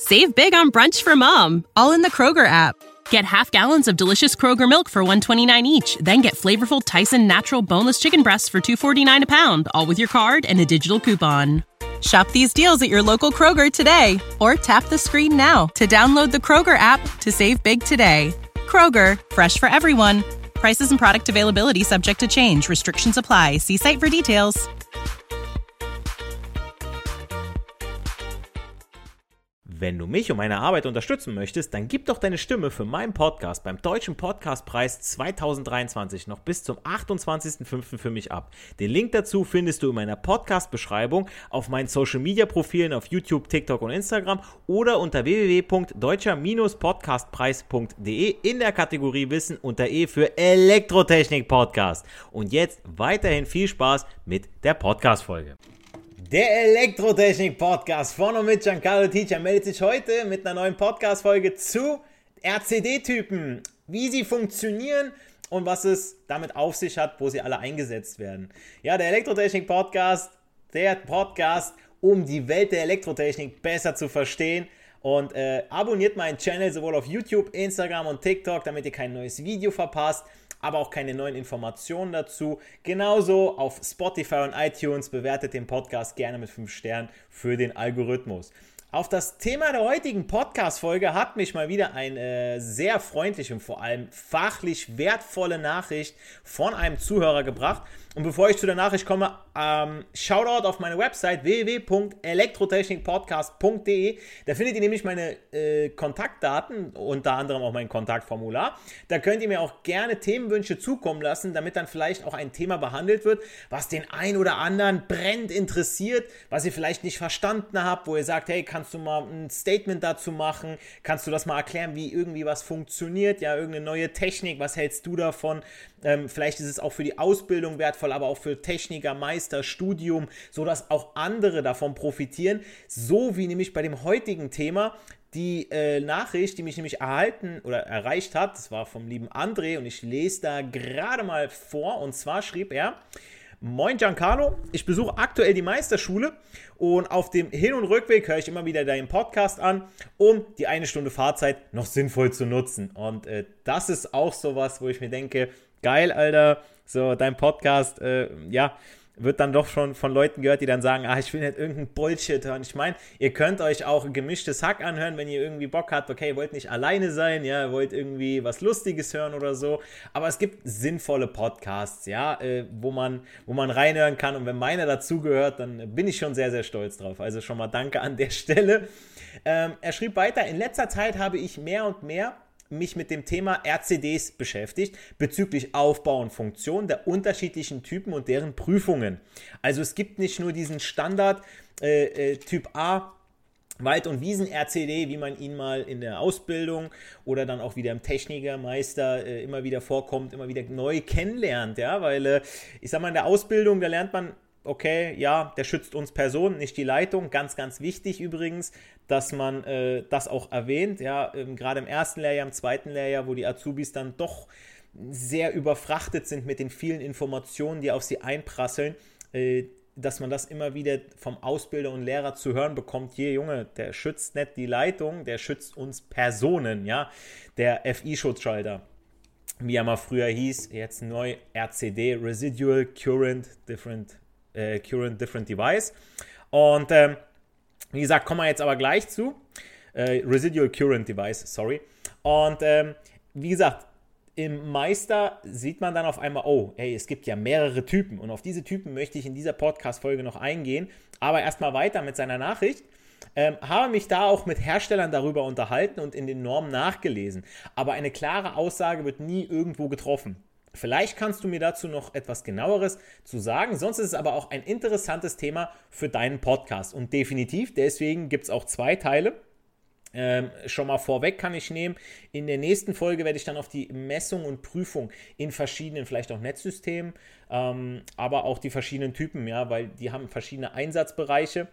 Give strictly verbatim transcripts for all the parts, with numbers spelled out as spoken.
Save big on brunch for mom, all in the Kroger app. Get half gallons of delicious Kroger milk for one dollar and twenty-nine cents each. Then get flavorful Tyson natural boneless chicken breasts for two dollars and forty-nine cents a pound, all with your card and a digital coupon. Shop these deals at your local Kroger today, or tap the screen now to download the Kroger app to save big today. Kroger, fresh for everyone. Prices and product availability subject to change. Restrictions apply. See site for details. Wenn du mich und meine Arbeit unterstützen möchtest, dann gib doch deine Stimme für meinen Podcast beim Deutschen Podcastpreis zwanzig dreiundzwanzig noch bis zum achtundzwanzigsten fünften für mich ab. Den Link dazu findest du in meiner Podcast-Beschreibung, auf meinen Social-Media-Profilen auf YouTube, TikTok und Instagram oder unter w w w punkt deutscher podcastpreis punkt d e in der Kategorie Wissen unter E für Elektrotechnik-Podcast. Und jetzt weiterhin viel Spaß mit der Podcast-Folge. Der Elektrotechnik-Podcast von und mit Giancarlo Teacher meldet sich heute mit einer neuen Podcast-Folge zu R C D-Typen, wie sie funktionieren und was es damit auf sich hat, wo sie alle eingesetzt werden. Ja, der Elektrotechnik-Podcast, der Podcast, um die Welt der Elektrotechnik besser zu verstehen. Und äh, abonniert meinen Channel sowohl auf YouTube, Instagram und TikTok, damit ihr kein neues Video verpasst, aber auch keine neuen Informationen dazu. Genauso auf Spotify und iTunes bewertet den Podcast gerne mit fünf Sternen für den Algorithmus. Auf das Thema der heutigen Podcast-Folge hat mich mal wieder eine sehr freundliche und vor allem fachlich wertvolle Nachricht von einem Zuhörer gebracht. Und bevor ich zu der Nachricht komme, ähm, Shoutout auf meine Website w w w punkt elektrotechnikpodcast punkt d e. Da findet ihr nämlich meine äh, Kontaktdaten, unter anderem auch mein Kontaktformular. Da könnt ihr mir auch gerne Themenwünsche zukommen lassen, damit dann vielleicht auch ein Thema behandelt wird, was den einen oder anderen brennend interessiert, was ihr vielleicht nicht verstanden habt, wo ihr sagt, hey, kannst du mal ein Statement dazu machen? Kannst du das mal erklären, wie irgendwie was funktioniert? Ja, irgendeine neue Technik, was hältst du davon? Ähm, vielleicht ist es auch für die Ausbildung wertvoll, aber auch für Techniker, Meister, Studium, sodass auch andere davon profitieren. So wie nämlich bei dem heutigen Thema die äh, Nachricht, die mich nämlich erhalten oder erreicht hat, das war vom lieben André und ich lese da gerade mal vor, und zwar schrieb er: Moin Giancarlo, ich besuche aktuell die Meisterschule und auf dem Hin- und Rückweg höre ich immer wieder deinen Podcast an, um die eine Stunde Fahrzeit noch sinnvoll zu nutzen. Und äh, das ist auch sowas, wo ich mir denke, geil, Alter, so dein Podcast, äh, ja, wird dann doch schon von Leuten gehört, die dann sagen, ah, ich will nicht irgendeinen Bullshit hören. Ich meine, ihr könnt euch auch ein gemischtes Hack anhören, wenn ihr irgendwie Bock habt, okay, ihr wollt nicht alleine sein, ja, ihr wollt irgendwie was Lustiges hören oder so, aber es gibt sinnvolle Podcasts, ja, äh, wo man, wo man reinhören kann, und wenn meiner dazugehört, dann bin ich schon sehr, sehr stolz drauf. Also schon mal danke an der Stelle. Ähm, er schrieb weiter: In letzter Zeit habe ich mehr und mehr mich mit dem Thema R C Ds beschäftigt, bezüglich Aufbau und Funktion der unterschiedlichen Typen und deren Prüfungen. Also es gibt nicht nur diesen Standard äh, äh, Typ A Wald- und Wiesen-R C D, wie man ihn mal in der Ausbildung oder dann auch wieder im Technikermeister äh, immer wieder vorkommt, immer wieder neu kennenlernt, ja, weil äh, ich sag mal, in der Ausbildung, da lernt man, okay, ja, der schützt uns Personen, nicht die Leitung. Ganz, ganz wichtig übrigens, dass man äh, das auch erwähnt. Ja, ähm, gerade im ersten Lehrjahr, im zweiten Lehrjahr, wo die Azubis dann doch sehr überfrachtet sind mit den vielen Informationen, die auf sie einprasseln, äh, dass man das immer wieder vom Ausbilder und Lehrer zu hören bekommt: Hier, Junge, der schützt nicht die Leitung, der schützt uns Personen, ja, der F I-Schutzschalter, wie er mal früher hieß, jetzt neu R C D, Residual Current Different Äh, Current Different Device. Und ähm, wie gesagt, kommen wir jetzt aber gleich zu. Äh, Residual Current Device, sorry. Und ähm, wie gesagt, im Meister sieht man dann auf einmal, oh, ey, es gibt ja mehrere Typen. Und auf diese Typen möchte ich in dieser Podcast-Folge noch eingehen. Aber erstmal weiter mit seiner Nachricht. Ähm, habe mich da auch mit Herstellern darüber unterhalten und in den Normen nachgelesen. Aber eine klare Aussage wird nie irgendwo getroffen. Vielleicht kannst du mir dazu noch etwas Genaueres zu sagen, sonst ist es aber auch ein interessantes Thema für deinen Podcast. Und definitiv, deswegen gibt es auch zwei Teile. Ähm, schon mal vorweg kann ich nehmen, in der nächsten Folge werde ich dann auf die Messung und Prüfung in verschiedenen, vielleicht auch Netzsystemen, ähm, aber auch die verschiedenen Typen, ja, weil die haben verschiedene Einsatzbereiche.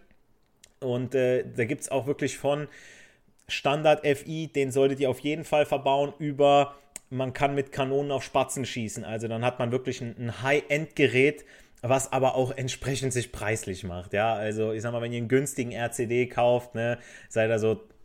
Und äh, da gibt es auch wirklich von Standard F I, den solltet ihr auf jeden Fall verbauen, über man kann mit Kanonen auf Spatzen schießen. Also dann hat man wirklich ein, ein High-End-Gerät, was aber auch entsprechend sich preislich macht. Ja, also ich sag mal, wenn ihr einen günstigen R C D kauft, ne, seid ihr so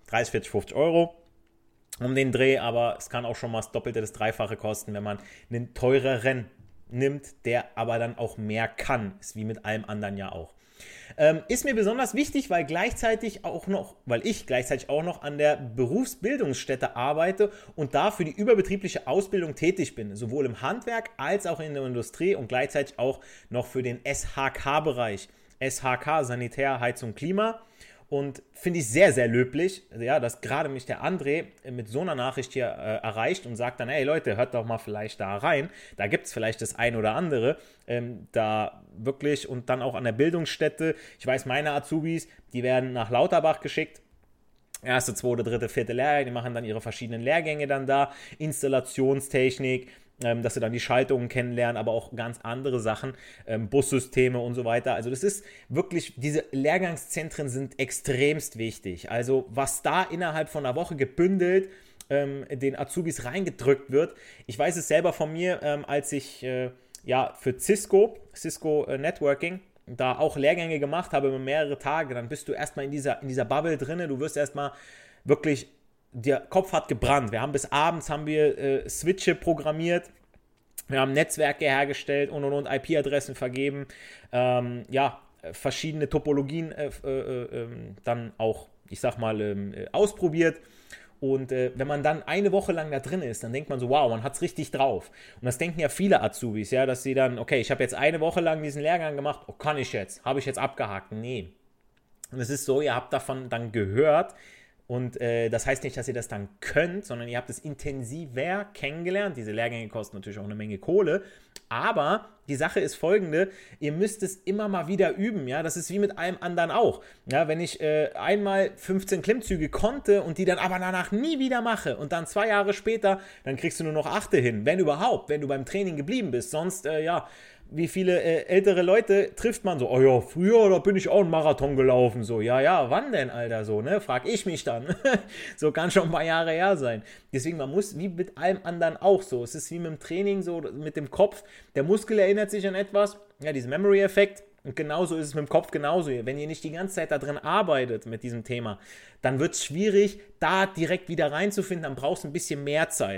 dreißig, vierzig, fünfzig Euro um den Dreh, aber es kann auch schon mal das Doppelte, das Dreifache kosten, wenn man einen teureren nimmt, der aber dann auch mehr kann. Ist wie mit allem anderen ja auch. Ähm, ist mir besonders wichtig, weil gleichzeitig auch noch, weil ich gleichzeitig auch noch an der Berufsbildungsstätte arbeite und da für die überbetriebliche Ausbildung tätig bin, sowohl im Handwerk als auch in der Industrie und gleichzeitig auch noch für den S H K-Bereich. S H K, Sanitär, Heizung, Klima. Und finde ich sehr, sehr löblich, ja, dass gerade mich der André mit so einer Nachricht hier äh, erreicht und sagt dann, hey Leute, hört doch mal vielleicht da rein, da gibt es vielleicht das ein oder andere, ähm, da wirklich und dann auch an der Bildungsstätte. Ich weiß, meine Azubis, die werden nach Lauterbach geschickt, erste, zweite, dritte, vierte Lehrgänge, die machen dann ihre verschiedenen Lehrgänge dann da, Installationstechnik, ähm, dass sie dann die Schaltungen kennenlernen, aber auch ganz andere Sachen, ähm, Bussysteme und so weiter. Also das ist wirklich, diese Lehrgangszentren sind extremst wichtig. Also was da innerhalb von einer Woche gebündelt ähm, den Azubis reingedrückt wird. Ich weiß es selber von mir, ähm, als ich äh, ja für Cisco, Cisco äh, Networking, da auch Lehrgänge gemacht habe über mehrere Tage, dann bist du erstmal in dieser, in dieser Bubble drin, du wirst erstmal wirklich, der Kopf hat gebrannt. Wir haben bis abends haben wir äh, Switche programmiert, wir haben Netzwerke hergestellt und und und I P-Adressen vergeben, ähm, ja, verschiedene Topologien äh, äh, äh, dann auch, ich sag mal, äh, ausprobiert. Und äh, wenn man dann eine Woche lang da drin ist, dann denkt man so, wow, man hat es richtig drauf. Und das denken ja viele Azubis, ja, dass sie dann, okay, ich habe jetzt eine Woche lang diesen Lehrgang gemacht, oh, kann ich jetzt, habe ich jetzt abgehakt. Nee. Und es ist so, ihr habt davon dann gehört und äh, das heißt nicht, dass ihr das dann könnt, sondern ihr habt es intensiver kennengelernt. Diese Lehrgänge kosten natürlich auch eine Menge Kohle, aber die Sache ist folgende, ihr müsst es immer mal wieder üben, ja, das ist wie mit allem anderen auch, ja, wenn ich äh, einmal fünfzehn Klimmzüge konnte und die dann aber danach nie wieder mache und dann zwei Jahre später, dann kriegst du nur noch achte hin, wenn überhaupt, wenn du beim Training geblieben bist, sonst, äh, ja, wie viele äh, ältere Leute trifft man so, oh ja, früher, da bin ich auch einen Marathon gelaufen, so, ja, ja, wann denn, Alter, so, ne, frag ich mich dann, so kann schon ein paar Jahre her sein, deswegen, man muss, wie mit allem anderen auch so, es ist wie mit dem Training, so, mit dem Kopf, der Muskel erinnert sich an etwas, ja, diesen Memory-Effekt, und genauso ist es mit dem Kopf genauso, wenn ihr nicht die ganze Zeit da drin arbeitet mit diesem Thema, dann wird es schwierig, da direkt wieder reinzufinden, dann brauchst du ein bisschen mehr Zeit,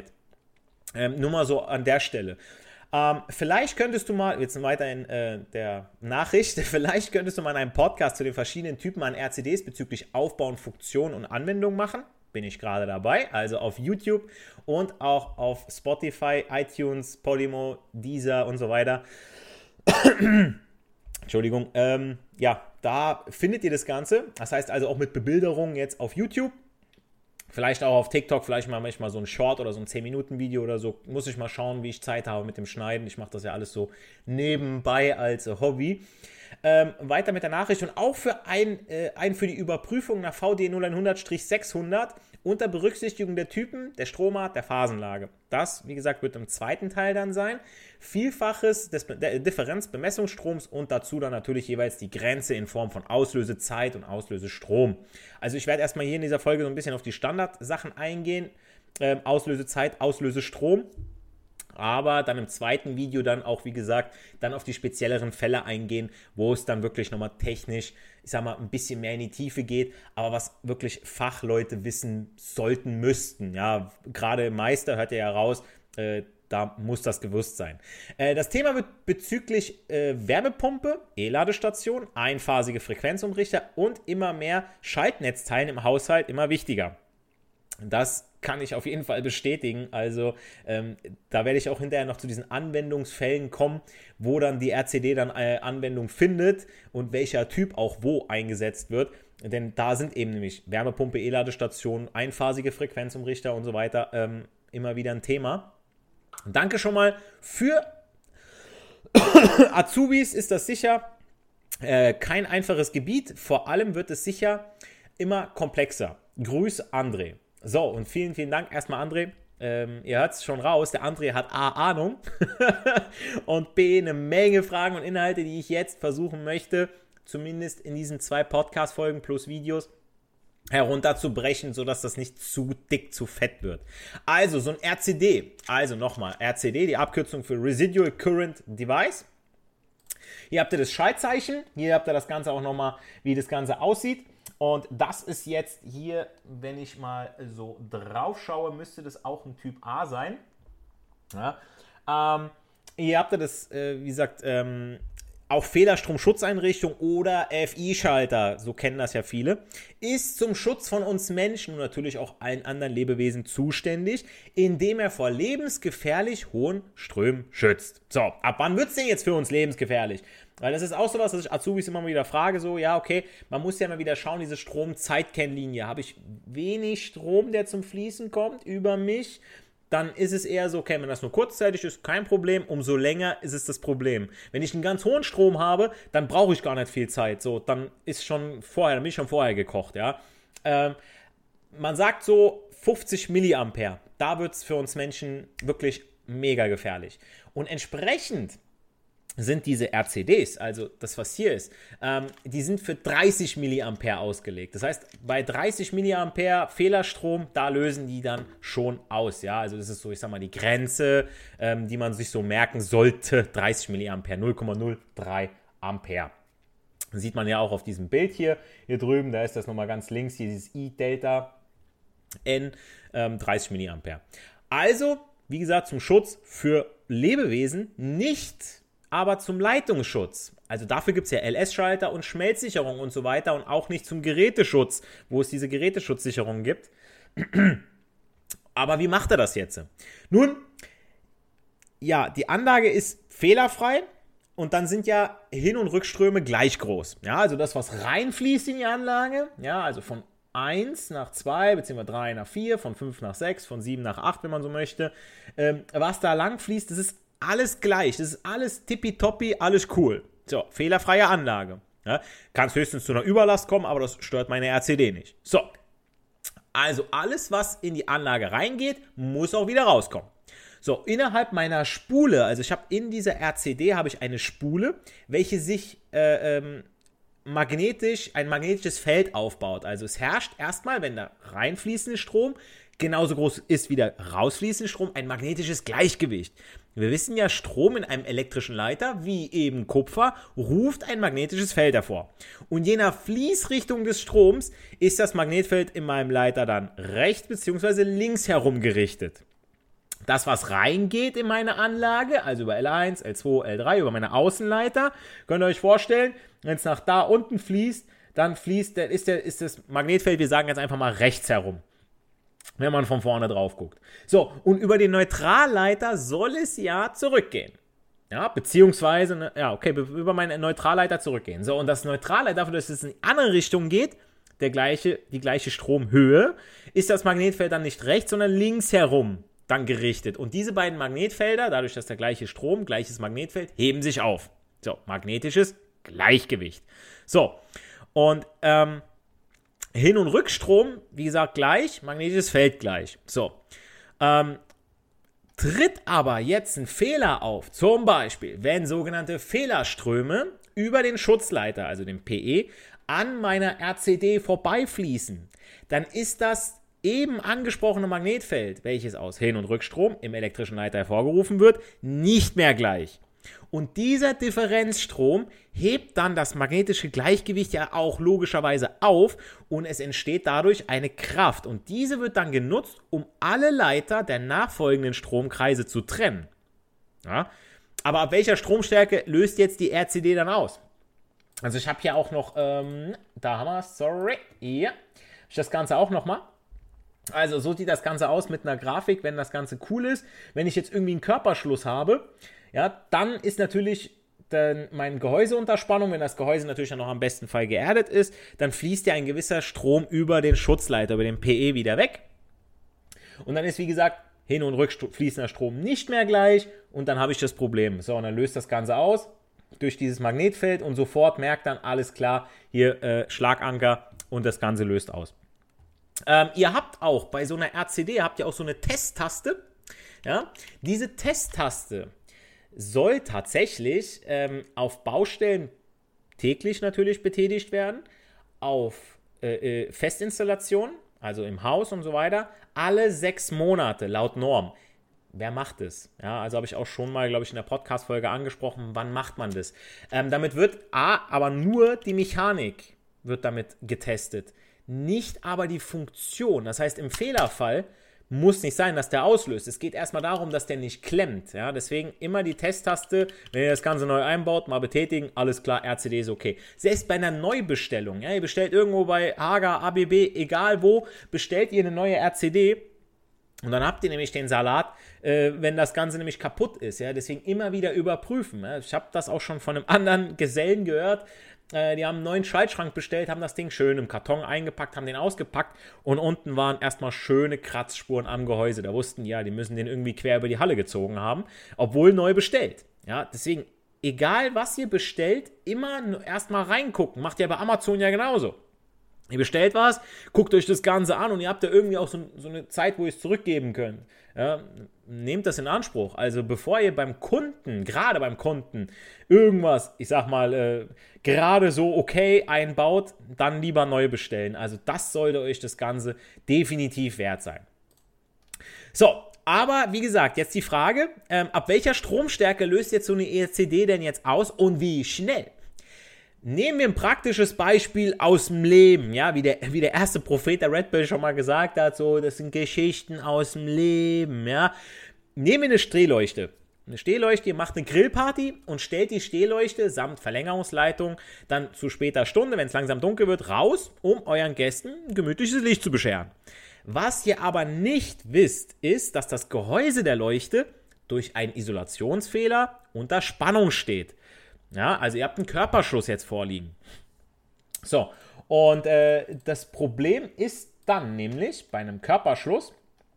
ähm, nur mal so an der Stelle. Ähm, vielleicht könntest du mal, jetzt weiter in äh, der Nachricht, vielleicht könntest du mal einen Podcast zu den verschiedenen Typen an R C Ds bezüglich Aufbau, Funktion und Anwendung machen. Bin ich gerade dabei, also auf YouTube und auch auf Spotify, iTunes, Podimo, Deezer und so weiter. Entschuldigung, ähm, ja, da findet ihr das Ganze. Das heißt also auch mit Bebilderung jetzt auf YouTube. Vielleicht auch auf TikTok, vielleicht mache ich mal so ein Short oder so ein zehn Minuten Video oder so. Muss ich mal schauen, wie ich Zeit habe mit dem Schneiden. Ich mache das ja alles so nebenbei als Hobby. Ähm, weiter mit der Nachricht und auch für ein, äh, ein für die Überprüfung nach V D null hundert sechshundert unter Berücksichtigung der Typen, der Stromart, der Phasenlage. Das, wie gesagt, wird im zweiten Teil dann sein. Vielfaches des, der Differenz Bemessungsstroms und dazu dann natürlich jeweils die Grenze in Form von Auslösezeit und Auslösestrom. Also ich werde erstmal hier in dieser Folge so ein bisschen auf die Standardsachen eingehen. Ähm, Auslösezeit, Auslösestrom. Aber dann im zweiten Video dann auch, wie gesagt, dann auf die spezielleren Fälle eingehen, wo es dann wirklich nochmal technisch, ich sag mal, ein bisschen mehr in die Tiefe geht, aber was wirklich Fachleute wissen sollten, müssten. Ja, gerade im Meister hört ihr ja raus, äh, da muss das gewusst sein. Äh, das Thema wird bezüglich äh, Wärmepumpe, E-Ladestation, einphasige Frequenzumrichter und immer mehr Schaltnetzteilen im Haushalt immer wichtiger. Das kann ich auf jeden Fall bestätigen. Also ähm, da werde ich auch hinterher noch zu diesen Anwendungsfällen kommen, wo dann die R C D dann äh, Anwendung findet und welcher Typ auch wo eingesetzt wird. Denn da sind eben nämlich Wärmepumpe, E-Ladestation, einphasige Frequenzumrichter und so weiter ähm, immer wieder ein Thema. Danke schon mal für Azubis, ist das sicher äh, kein einfaches Gebiet. Vor allem wird es sicher immer komplexer. Grüß André. So, und vielen, vielen Dank erstmal, André. Ähm, ihr hört es schon raus, der André hat A, Ahnung und B, eine Menge Fragen und Inhalte, die ich jetzt versuchen möchte, zumindest in diesen zwei Podcast-Folgen plus Videos herunterzubrechen, sodass das nicht zu dick, zu fett wird. Also, so ein R C D, also nochmal, R C D, die Abkürzung für Residual Current Device. Hier habt ihr das Schaltzeichen, hier habt ihr das Ganze auch nochmal, wie das Ganze aussieht. Und das ist jetzt hier, wenn ich mal so drauf schaue, müsste das auch ein Typ A sein. Ja. Ähm, ihr habt ja das, äh, wie gesagt, ähm, auch Fehlerstromschutzeinrichtung oder F I-Schalter, so kennen das ja viele, ist zum Schutz von uns Menschen und natürlich auch allen anderen Lebewesen zuständig, indem er vor lebensgefährlich hohen Strömen schützt. So, ab wann wird es denn jetzt für uns lebensgefährlich? Weil das ist auch sowas, was ich Azubis immer wieder frage, so, ja, okay, man muss ja mal wieder schauen, diese Strom-Zeitkennlinie, habe ich wenig Strom, der zum Fließen kommt über mich? Dann ist es eher so, okay, wenn das nur kurzzeitig ist, kein Problem, umso länger ist es das Problem. Wenn ich einen ganz hohen Strom habe, dann brauche ich gar nicht viel Zeit, so, dann ist schon vorher, dann bin ich schon vorher gekocht, ja. Ähm, man sagt so fünfzig Milliampere, da wird es für uns Menschen wirklich mega gefährlich. Und entsprechend sind diese R C Ds, also das, was hier ist, ähm, die sind für dreißig Milliampere ausgelegt. Das heißt, bei dreißig Milliampere Fehlerstrom, da lösen die dann schon aus. Ja, also das ist so, ich sag mal, die Grenze, ähm, die man sich so merken sollte. dreißig Milliampere, null Komma null drei Ampere. Das sieht man ja auch auf diesem Bild hier, hier drüben. Da ist das nochmal ganz links, hier dieses I Delta N, ähm, dreißig Milliampere. Also, wie gesagt, zum Schutz für Lebewesen, nicht aber zum Leitungsschutz. Also dafür gibt es ja L S-Schalter und Schmelzsicherung und so weiter und auch nicht zum Geräteschutz, wo es diese Geräteschutzsicherung gibt. Aber wie macht er das jetzt? Nun, ja, die Anlage ist fehlerfrei und dann sind ja Hin- und Rückströme gleich groß. Ja, also das, was reinfließt in die Anlage, ja, also von eins nach zwei, beziehungsweise drei nach vier, von fünf nach sechs, von sieben nach acht, wenn man so möchte. Ähm, was da lang fließt, das ist alles gleich, das ist alles tippitoppi, alles cool. So, fehlerfreie Anlage. Ja, kann es höchstens zu einer Überlast kommen, aber das stört meine R C D nicht. So, also alles, was in die Anlage reingeht, muss auch wieder rauskommen. So, innerhalb meiner Spule, also ich habe in dieser R C D habe ich eine Spule, welche sich äh, ähm, magnetisch, ein magnetisches Feld aufbaut. Also es herrscht erstmal, wenn da reinfließende Strom genauso groß ist wie der rausfließende Strom, ein magnetisches Gleichgewicht. Wir wissen ja, Strom in einem elektrischen Leiter, wie eben Kupfer, ruft ein magnetisches Feld hervor. Und je nach Fließrichtung des Stroms ist das Magnetfeld in meinem Leiter dann rechts bzw. links herum gerichtet. Das, was reingeht in meine Anlage, also über L eins, L zwei, L drei, über meine Außenleiter, könnt ihr euch vorstellen, wenn es nach da unten fließt, dann fließt, dann ist, der, ist das Magnetfeld, wir sagen jetzt einfach mal rechts herum, wenn man von vorne drauf guckt. So, und über den Neutralleiter soll es ja zurückgehen. Ja, beziehungsweise, ja, okay, über meinen Neutralleiter zurückgehen. So, und das Neutralleiter, dafür, dass es in die andere Richtung geht, der gleiche, die gleiche Stromhöhe, ist das Magnetfeld dann nicht rechts, sondern links herum dann gerichtet. Und diese beiden Magnetfelder, dadurch, dass der gleiche Strom, gleiches Magnetfeld, heben sich auf. So, magnetisches Gleichgewicht. So, und ähm, Hin- und Rückstrom, wie gesagt, gleich, magnetisches Feld gleich. So, ähm, tritt aber jetzt ein Fehler auf, zum Beispiel, wenn sogenannte Fehlerströme über den Schutzleiter, also den P E, an meiner R C D vorbeifließen, dann ist das eben angesprochene Magnetfeld, welches aus Hin- und Rückstrom im elektrischen Leiter hervorgerufen wird, nicht mehr gleich. Und dieser Differenzstrom hebt dann das magnetische Gleichgewicht ja auch logischerweise auf und es entsteht dadurch eine Kraft. Und diese wird dann genutzt, um alle Leiter der nachfolgenden Stromkreise zu trennen. Ja? Aber ab welcher Stromstärke löst jetzt die R C D dann aus? Also ich habe hier auch noch, ähm, da haben wir es, sorry, ja, ich das Ganze auch nochmal. Also so sieht das Ganze aus mit einer Grafik, wenn das Ganze cool ist. Wenn ich jetzt irgendwie einen Körperschluss habe, ja, dann ist natürlich dann meine Gehäuseunterspannung, wenn das Gehäuse natürlich dann noch am besten Fall geerdet ist, dann fließt ja ein gewisser Strom über den Schutzleiter, über den P E wieder weg. Und dann ist, wie gesagt, Hin- und Rückfließender Strom nicht mehr gleich und dann habe ich das Problem. So, und dann löst das Ganze aus durch dieses Magnetfeld und sofort merkt dann, alles klar, hier äh, Schlaganker und das Ganze löst aus. Ähm, ihr habt auch bei so einer R C D, habt ihr auch so eine Testtaste. Ja? Diese Testtaste soll tatsächlich ähm, auf Baustellen täglich natürlich betätigt werden, auf äh, äh, Festinstallationen, also im Haus und so weiter, alle sechs Monate laut Norm. Wer macht das? Ja, also habe ich auch schon mal, glaube ich, in der Podcast-Folge angesprochen, wann macht man das? Ähm, damit wird A, aber nur die Mechanik wird damit getestet, nicht aber die Funktion. Das heißt, im Fehlerfall muss nicht sein, dass der auslöst. Es geht erstmal darum, dass der nicht klemmt. Ja? Deswegen immer die Testtaste, wenn ihr das Ganze neu einbaut, mal betätigen, alles klar, R C D ist okay. Selbst bei einer Neubestellung, ja, ihr bestellt irgendwo bei Hager, A B B, egal wo, bestellt ihr eine neue R C D und dann habt ihr nämlich den Salat, äh, wenn das Ganze nämlich kaputt ist. Ja? Deswegen immer wieder überprüfen. Ja? Ich habe das auch schon von einem anderen Gesellen gehört. Die haben einen neuen Schaltschrank bestellt, haben das Ding schön im Karton eingepackt, haben den ausgepackt und unten waren erstmal schöne Kratzspuren am Gehäuse. Da wussten die, ja, die müssen den irgendwie quer über die Halle gezogen haben, obwohl neu bestellt. Ja, deswegen, egal was ihr bestellt, immer erstmal reingucken. Macht ihr bei Amazon ja genauso. Ihr bestellt was, guckt euch das Ganze an und ihr habt da irgendwie auch so, so eine Zeit, wo ihr es zurückgeben könnt. Ja, nehmt das in Anspruch. Also bevor ihr beim Kunden, gerade beim Kunden, irgendwas, ich sag mal, äh, gerade so okay einbaut, dann lieber neu bestellen. Also das sollte euch das Ganze definitiv wert sein. So, aber wie gesagt, jetzt die Frage, ähm, ab welcher Stromstärke löst jetzt so eine E C D denn jetzt aus und wie schnell? Nehmen wir ein praktisches Beispiel aus dem Leben, ja, wie der, wie der erste Prophet der Red Bull schon mal gesagt hat, so, das sind Geschichten aus dem Leben, ja. Nehmen wir eine Stehleuchte. Eine Stehleuchte, ihr macht eine Grillparty und stellt die Stehleuchte samt Verlängerungsleitung dann zu später Stunde, wenn es langsam dunkel wird, raus, um euren Gästen ein gemütliches Licht zu bescheren. Was ihr aber nicht wisst, ist, dass das Gehäuse der Leuchte durch einen Isolationsfehler unter Spannung steht. Ja, also ihr habt einen Körperschluss jetzt vorliegen. So, und äh, das Problem ist dann nämlich bei einem Körperschluss,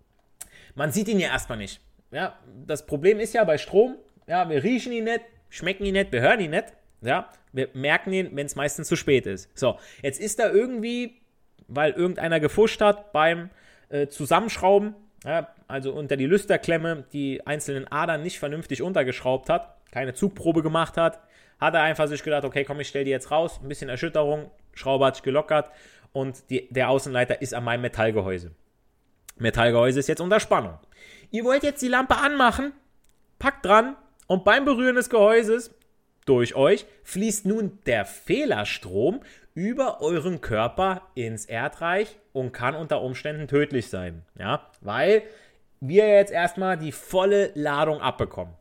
man sieht ihn ja erstmal nicht. Ja, das Problem ist ja bei Strom, ja, wir riechen ihn nicht, schmecken ihn nicht, wir hören ihn nicht. Ja, wir merken ihn, wenn es meistens zu spät ist. So, jetzt ist da irgendwie, weil irgendeiner gefuscht hat beim äh, Zusammenschrauben, ja, also unter die Lüsterklemme die einzelnen Adern nicht vernünftig untergeschraubt hat, keine Zugprobe gemacht hat, hat er einfach sich gedacht, okay, komm, ich stell die jetzt raus, ein bisschen Erschütterung, Schraube hat sich gelockert und die, der Außenleiter ist an meinem Metallgehäuse. Metallgehäuse ist jetzt unter Spannung. Ihr wollt jetzt die Lampe anmachen, packt dran und beim Berühren des Gehäuses durch euch fließt nun der Fehlerstrom über euren Körper ins Erdreich und kann unter Umständen tödlich sein. Ja, weil wir jetzt erstmal die volle Ladung abbekommen.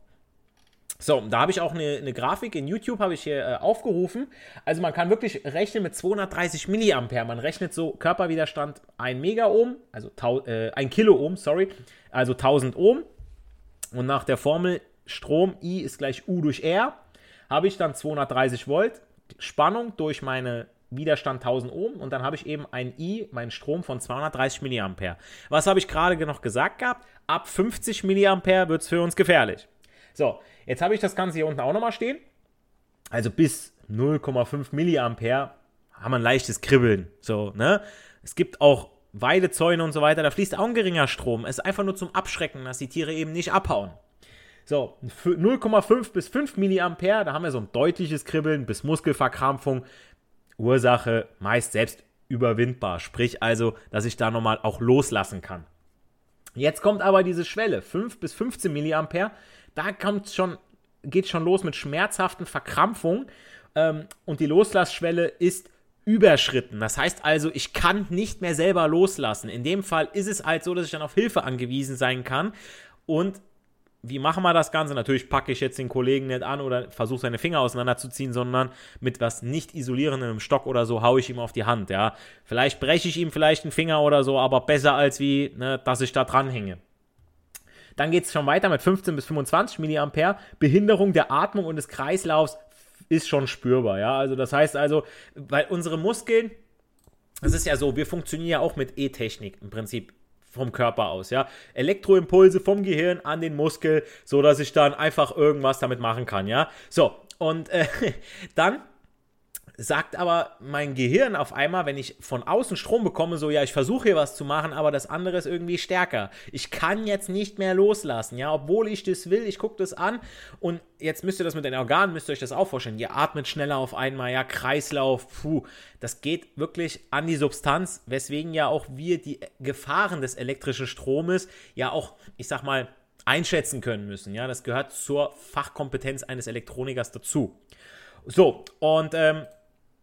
So, da habe ich auch eine, eine Grafik in YouTube, habe ich hier äh, aufgerufen. Also man kann wirklich rechnen mit zweihundertdreißig Milliampere. Man rechnet so Körperwiderstand ein Megaohm, also äh, ein Kiloohm, sorry, also tausend Ohm. Und nach der Formel Strom I ist gleich U durch R, habe ich dann zweihundertdreißig Volt, Spannung durch meine Widerstand tausend Ohm und dann habe ich eben ein I, meinen Strom von zweihundertdreißig Milliampere. Was habe ich gerade noch gesagt gehabt? Ab fünfzig Milliampere wird es für uns gefährlich. So, jetzt habe ich das Ganze hier unten auch nochmal stehen. Also bis null Komma fünf Milliampere haben wir ein leichtes Kribbeln. So, ne? Es gibt auch Weidezäune und so weiter, da fließt auch ein geringer Strom. Es ist einfach nur zum Abschrecken, dass die Tiere eben nicht abhauen. So, null Komma fünf bis fünf Milliampere, da haben wir so ein deutliches Kribbeln bis Muskelverkrampfung. Ursache meist selbst überwindbar. Sprich also, dass ich da nochmal auch loslassen kann. Jetzt kommt aber diese Schwelle, fünf bis fünfzehn Milliampere. Da kommt schon, geht schon los mit schmerzhaften Verkrampfungen ähm, und die Loslassschwelle ist überschritten. Das heißt also, ich kann nicht mehr selber loslassen. In dem Fall ist es halt so, dass ich dann auf Hilfe angewiesen sein kann. Und wie machen wir das Ganze? Natürlich packe ich jetzt den Kollegen nicht an oder versuche seine Finger auseinanderzuziehen, sondern mit was nicht isolierendem, einem Stock oder so, haue ich ihm auf die Hand. Ja, vielleicht breche ich ihm vielleicht einen Finger oder so, aber besser als wie, ne, dass ich da dran hänge. Dann geht es schon weiter mit fünfzehn bis fünfundzwanzig Milliampere. Behinderung der Atmung und des Kreislaufs ist schon spürbar. Ja? Also das heißt also, weil unsere Muskeln, das ist ja so, wir funktionieren ja auch mit E-Technik im Prinzip vom Körper aus. Ja? Elektroimpulse vom Gehirn an den Muskel, sodass ich dann einfach irgendwas damit machen kann. Ja? So, und äh, dann sagt aber mein Gehirn auf einmal, wenn ich von außen Strom bekomme, so, ja, ich versuche hier was zu machen, aber das andere ist irgendwie stärker. Ich kann jetzt nicht mehr loslassen, ja, obwohl ich das will, ich gucke das an und jetzt müsst ihr das mit den Organen, müsst ihr euch das auch vorstellen, ihr atmet schneller auf einmal, ja, Kreislauf, puh, das geht wirklich an die Substanz, weswegen ja auch wir die Gefahren des elektrischen Stromes ja auch, ich sag mal, einschätzen können müssen, ja, das gehört zur Fachkompetenz eines Elektronikers dazu. So, und ähm,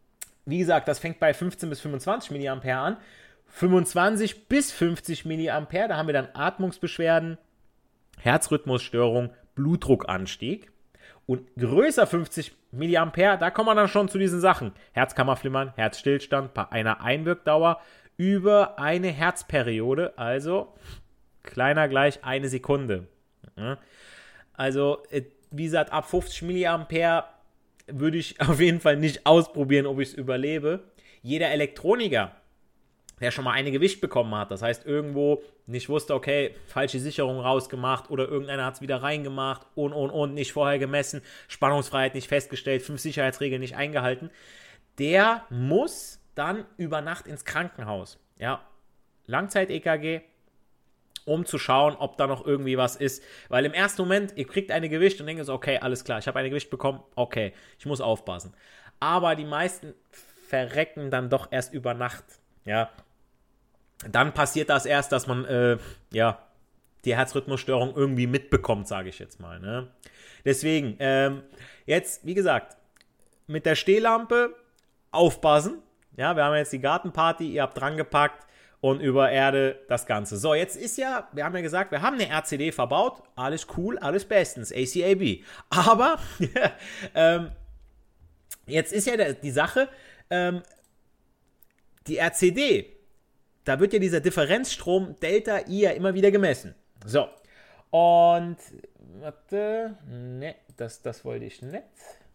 wie gesagt, das fängt bei fünfzehn bis fünfundzwanzig Milliampere an. fünfundzwanzig bis fünfzig Milliampere, da haben wir dann Atmungsbeschwerden, Herzrhythmusstörung, Blutdruckanstieg. Und größer fünfzig Milliampere, da kommen wir dann schon zu diesen Sachen. Herzkammerflimmern, Herzstillstand bei einer Einwirkdauer über eine Herzperiode, also kleiner gleich eine Sekunde. Also, wie gesagt, ab fünfzig Milliampere würde ich auf jeden Fall nicht ausprobieren, ob ich es überlebe. Jeder Elektroniker, der schon mal eine Gewicht bekommen hat, das heißt irgendwo nicht wusste, okay, falsche Sicherung rausgemacht oder irgendeiner hat es wieder reingemacht und, und, und, nicht vorher gemessen, Spannungsfreiheit nicht festgestellt, fünf Sicherheitsregeln nicht eingehalten, der muss dann über Nacht ins Krankenhaus. Ja, Langzeit-E K G, um zu schauen, ob da noch irgendwie was ist. Weil im ersten Moment, ihr kriegt eine Gewicht und denkt so, okay, alles klar, ich habe eine Gewicht bekommen, okay, ich muss aufpassen. Aber die meisten verrecken dann doch erst über Nacht, ja. Dann passiert das erst, dass man, äh, ja, die Herzrhythmusstörung irgendwie mitbekommt, sage ich jetzt mal, ne. Deswegen, ähm, jetzt, wie gesagt, mit der Stehlampe aufpassen. Ja, wir haben jetzt die Gartenparty, ihr habt dran gepackt und über Erde das Ganze. So, jetzt ist ja, wir haben ja gesagt, wir haben eine R C D verbaut, alles cool, alles bestens, A C A B. Aber, ähm, jetzt ist ja die Sache, ähm, die R C D, da wird ja dieser Differenzstrom Delta I ja immer wieder gemessen. So, und, warte, ne, das, das wollte ich nicht.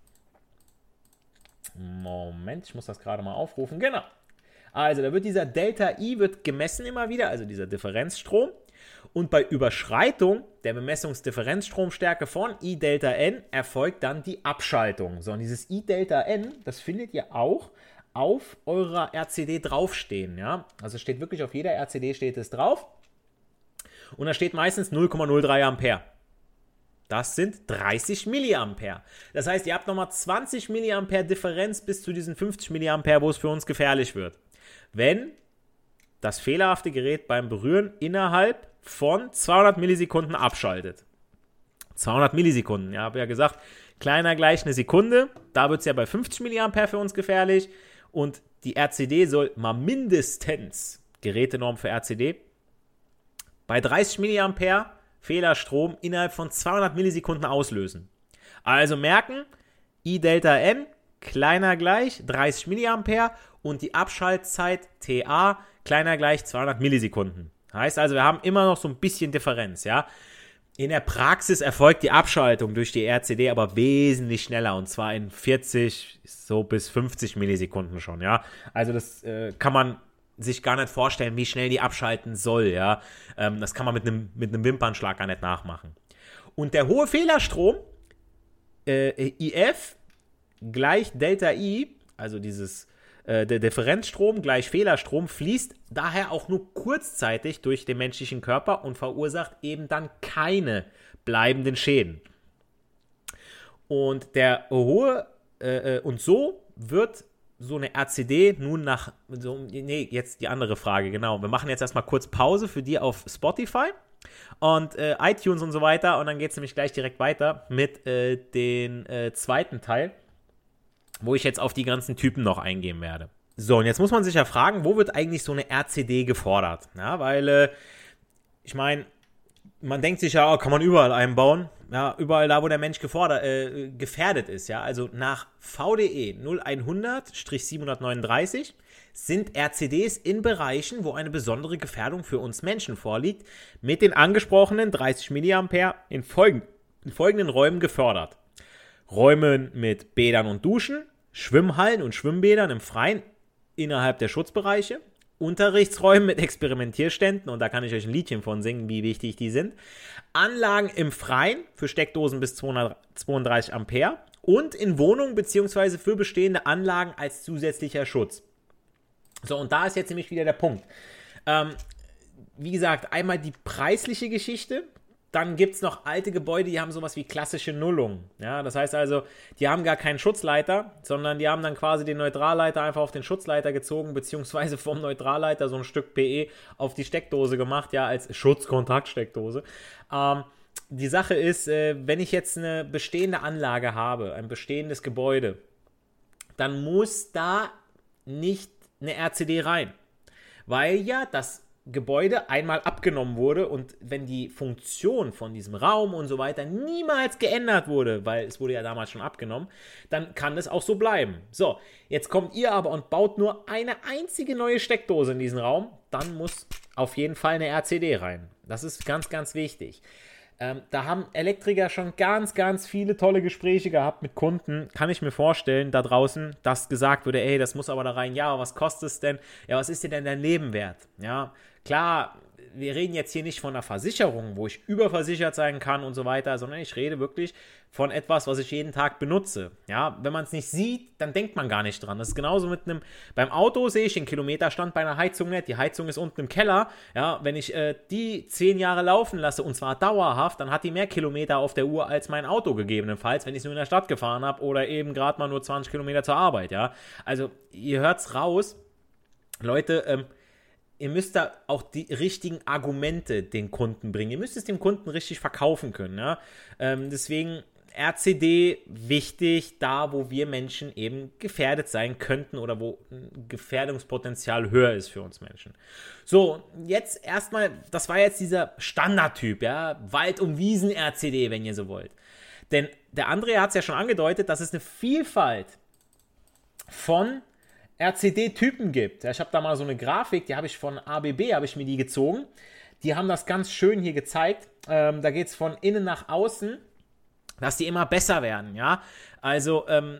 Moment, ich muss das gerade mal aufrufen. Genau. Also, da wird dieser Delta I wird gemessen immer wieder, also dieser Differenzstrom. Und bei Überschreitung der Bemessungsdifferenzstromstärke von I Delta N erfolgt dann die Abschaltung. So, und dieses I Delta N, das findet ihr auch auf eurer R C D draufstehen. Ja? Also, es steht wirklich auf jeder R C D steht es drauf. Und da steht meistens null Komma null drei Ampere. Das sind dreißig Milliampere. Das heißt, ihr habt nochmal zwanzig Milliampere Differenz bis zu diesen fünfzig Milliampere, wo es für uns gefährlich wird. Wenn das fehlerhafte Gerät beim Berühren innerhalb von zweihundert Millisekunden abschaltet. zweihundert Millisekunden, ja, habe ja gesagt, kleiner gleich eine Sekunde. Da wird es ja bei fünfzig Milliampere für uns gefährlich. Und die R C D soll mal mindestens, Gerätenorm für R C D, bei dreißig Milliampere Fehlerstrom innerhalb von zweihundert Millisekunden auslösen. Also merken, I Delta N, kleiner gleich dreißig Milliampere und die Abschaltzeit T A, kleiner gleich zweihundert Millisekunden. Heißt also, wir haben immer noch so ein bisschen Differenz, ja. In der Praxis erfolgt die Abschaltung durch die R C D aber wesentlich schneller und zwar in vierzig so bis fünfzig Millisekunden schon, ja. Also das äh, kann man sich gar nicht vorstellen, wie schnell die abschalten soll, ja. Ähm, das kann man mit einem mit einem Wimpernschlag gar nicht nachmachen. Und der hohe Fehlerstrom, äh, I F gleich Delta I, also dieses, äh, der Differenzstrom gleich Fehlerstrom, fließt daher auch nur kurzzeitig durch den menschlichen Körper und verursacht eben dann keine bleibenden Schäden. Und der hohe, äh, und so wird so eine R C D nun nach, so, nee, jetzt die andere Frage, genau. Wir machen jetzt erstmal kurz Pause für die auf Spotify und äh, iTunes und so weiter und dann geht es nämlich gleich direkt weiter mit äh, dem äh, zweiten Teil, wo ich jetzt auf die ganzen Typen noch eingehen werde. So, und jetzt muss man sich ja fragen, wo wird eigentlich so eine R C D gefordert? Ja, weil, äh, ich meine, man denkt sich ja, oh, kann man überall einbauen. Ja, überall da, wo der Mensch gefordert, äh, gefährdet ist, ja. Also nach V D E null hundert siebenhundertneununddreißig sind R C Ds in Bereichen, wo eine besondere Gefährdung für uns Menschen vorliegt, mit den angesprochenen dreißig Milliampere in, folgen, in folgenden Räumen gefördert. Räume mit Bädern und Duschen, Schwimmhallen und Schwimmbädern im Freien innerhalb der Schutzbereiche, Unterrichtsräumen mit Experimentierständen, und da kann ich euch ein Liedchen von singen, wie wichtig die sind, Anlagen im Freien für Steckdosen bis zweihundertzweiunddreißig Ampere und in Wohnungen bzw. für bestehende Anlagen als zusätzlicher Schutz. So, und da ist jetzt nämlich wieder der Punkt. Ähm, wie gesagt, einmal die preisliche Geschichte. Dann gibt es noch alte Gebäude, die haben sowas wie klassische Nullungen. Ja, das heißt also, die haben gar keinen Schutzleiter, sondern die haben dann quasi den Neutralleiter einfach auf den Schutzleiter gezogen, beziehungsweise vom Neutralleiter so ein Stück P E auf die Steckdose gemacht, ja, als Schutzkontaktsteckdose. Ähm, die Sache ist, äh, wenn ich jetzt eine bestehende Anlage habe, ein bestehendes Gebäude, dann muss da nicht eine R C D rein, weil ja das Gebäude einmal abgenommen wurde und wenn die Funktion von diesem Raum und so weiter niemals geändert wurde, weil es wurde ja damals schon abgenommen, dann kann es auch so bleiben. So, jetzt kommt ihr aber und baut nur eine einzige neue Steckdose in diesen Raum, dann muss auf jeden Fall eine R C D rein. Das ist ganz, ganz wichtig. Ähm, da haben Elektriker schon ganz, ganz viele tolle Gespräche gehabt mit Kunden. Kann ich mir vorstellen, da draußen, dass gesagt wurde, ey, das muss aber da rein. Ja, aber was kostet es denn? Ja, was ist dir denn dein Leben wert? Ja, klar, wir reden jetzt hier nicht von einer Versicherung, wo ich überversichert sein kann und so weiter, sondern ich rede wirklich von etwas, was ich jeden Tag benutze. Ja, wenn man es nicht sieht, dann denkt man gar nicht dran. Das ist genauso mit einem, beim Auto sehe ich den Kilometerstand bei einer Heizung nicht. Die Heizung ist unten im Keller. Ja, wenn ich äh, die zehn Jahre laufen lasse und zwar dauerhaft, dann hat die mehr Kilometer auf der Uhr als mein Auto gegebenenfalls, wenn ich es nur in der Stadt gefahren habe oder eben gerade mal nur zwanzig Kilometer zur Arbeit. Ja, also ihr hört's raus. Leute, ähm, ihr müsst da auch die richtigen Argumente den Kunden bringen. Ihr müsst es dem Kunden richtig verkaufen können. Ja? Ähm, deswegen R C D wichtig, da wo wir Menschen eben gefährdet sein könnten oder wo ein Gefährdungspotenzial höher ist für uns Menschen. So, jetzt erstmal, das war jetzt dieser Standardtyp, ja, Wald- und Wiesen-R C D, wenn ihr so wollt. Denn der André hat es ja schon angedeutet, dass es eine Vielfalt von R C D-Typen gibt. Ja, ich habe da mal so eine Grafik, die habe ich von A B B, habe ich mir die gezogen. Die haben das ganz schön hier gezeigt. Ähm, da geht es von innen nach außen, dass die immer besser werden. Ja, also ähm,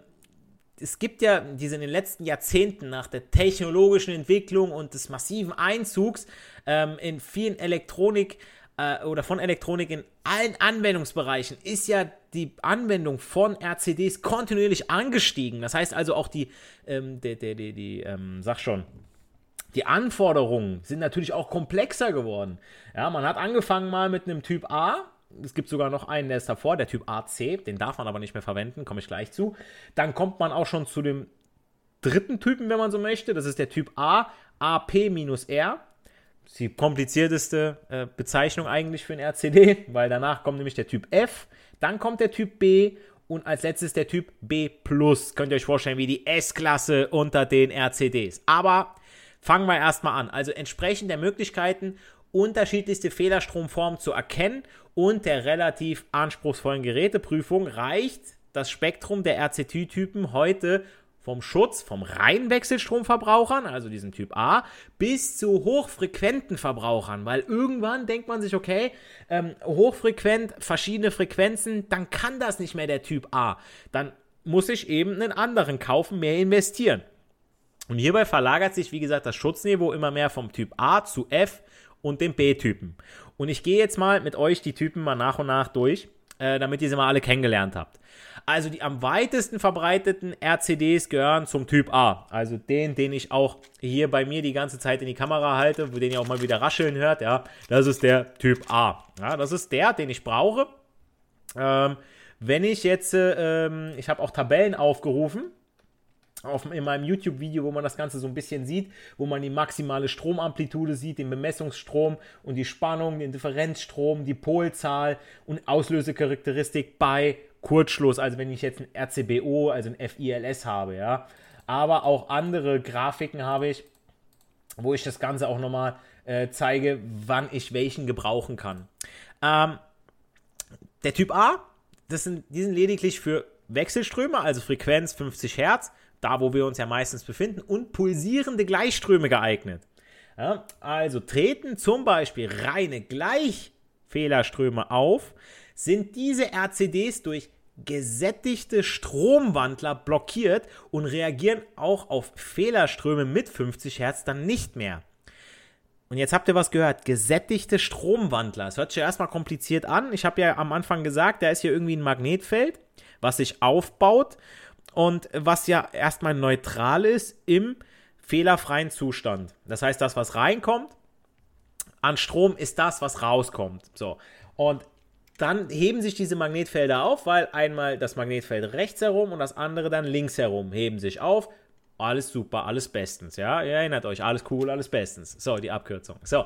es gibt ja diese in den letzten Jahrzehnten nach der technologischen Entwicklung und des massiven Einzugs ähm, in vielen Elektronik äh, oder von Elektronik in allen Anwendungsbereichen ist ja die Anwendung von R C Ds kontinuierlich angestiegen. Das heißt also auch die, ähm, die, die, die, die ähm, sag schon, die Anforderungen sind natürlich auch komplexer geworden. Ja, man hat angefangen mal mit einem Typ A. Es gibt sogar noch einen, der ist davor, der Typ A C. Den darf man aber nicht mehr verwenden, komme ich gleich zu. Dann kommt man auch schon zu dem dritten Typen, wenn man so möchte. Das ist der Typ A, A P-R. Das ist die komplizierteste äh, Bezeichnung eigentlich für einen R C D, weil danach kommt nämlich der Typ F, dann kommt der Typ B und als letztes der Typ B plus. Könnt ihr euch vorstellen, wie die S-Klasse unter den R C Ds. Aber fangen wir erstmal an. Also entsprechend der Möglichkeiten, unterschiedlichste Fehlerstromformen zu erkennen und der relativ anspruchsvollen Geräteprüfung reicht das Spektrum der R C D-Typen heute vom Schutz vom reinen Wechselstromverbrauchern, also diesem Typ A, bis zu hochfrequenten Verbrauchern, weil irgendwann denkt man sich, okay, ähm, hochfrequent, verschiedene Frequenzen, dann kann das nicht mehr der Typ A. Dann muss ich eben einen anderen kaufen, mehr investieren. Und hierbei verlagert sich, wie gesagt, das Schutzniveau immer mehr vom Typ A zu F und dem B-Typen. Und ich gehe jetzt mal mit euch die Typen mal nach und nach durch, äh, damit ihr sie mal alle kennengelernt habt. Also die am weitesten verbreiteten R C Ds gehören zum Typ A. Also den, den ich auch hier bei mir die ganze Zeit in die Kamera halte, wo den ihr auch mal wieder rascheln hört. Ja, das ist der Typ A. Ja, das ist der, den ich brauche. Ähm, wenn ich jetzt, äh, ich habe auch Tabellen aufgerufen, auf, in meinem YouTube-Video, wo man das Ganze so ein bisschen sieht, wo man die maximale Stromamplitude sieht, den Bemessungsstrom und die Spannung, den Differenzstrom, die Polzahl und Auslösecharakteristik bei Kurzschluss, also wenn ich jetzt ein R C B O, also ein F I L S habe, ja. Aber auch andere Grafiken habe ich, wo ich das Ganze auch nochmal äh, zeige, wann ich welchen gebrauchen kann. Ähm, der Typ A, das sind, die sind lediglich für Wechselströme, also Frequenz fünfzig Hertz, da wo wir uns ja meistens befinden, und pulsierende Gleichströme geeignet. Ja, also treten zum Beispiel reine Gleichfehlerströme auf, sind diese R C Ds durch gesättigte Stromwandler blockiert und reagieren auch auf Fehlerströme mit fünfzig Hertz dann nicht mehr. Und jetzt habt ihr was gehört, gesättigte Stromwandler. Das hört sich ja erstmal kompliziert an. Ich habe ja am Anfang gesagt, da ist hier irgendwie ein Magnetfeld, was sich aufbaut und was ja erstmal neutral ist im fehlerfreien Zustand. Das heißt, das, was reinkommt an Strom, ist das, was rauskommt. So. Und dann heben sich diese Magnetfelder auf, weil einmal das Magnetfeld rechts herum und das andere dann links herum heben sich auf. Alles super, alles bestens, ja, ihr erinnert euch, alles cool, alles bestens. So, die Abkürzung. So,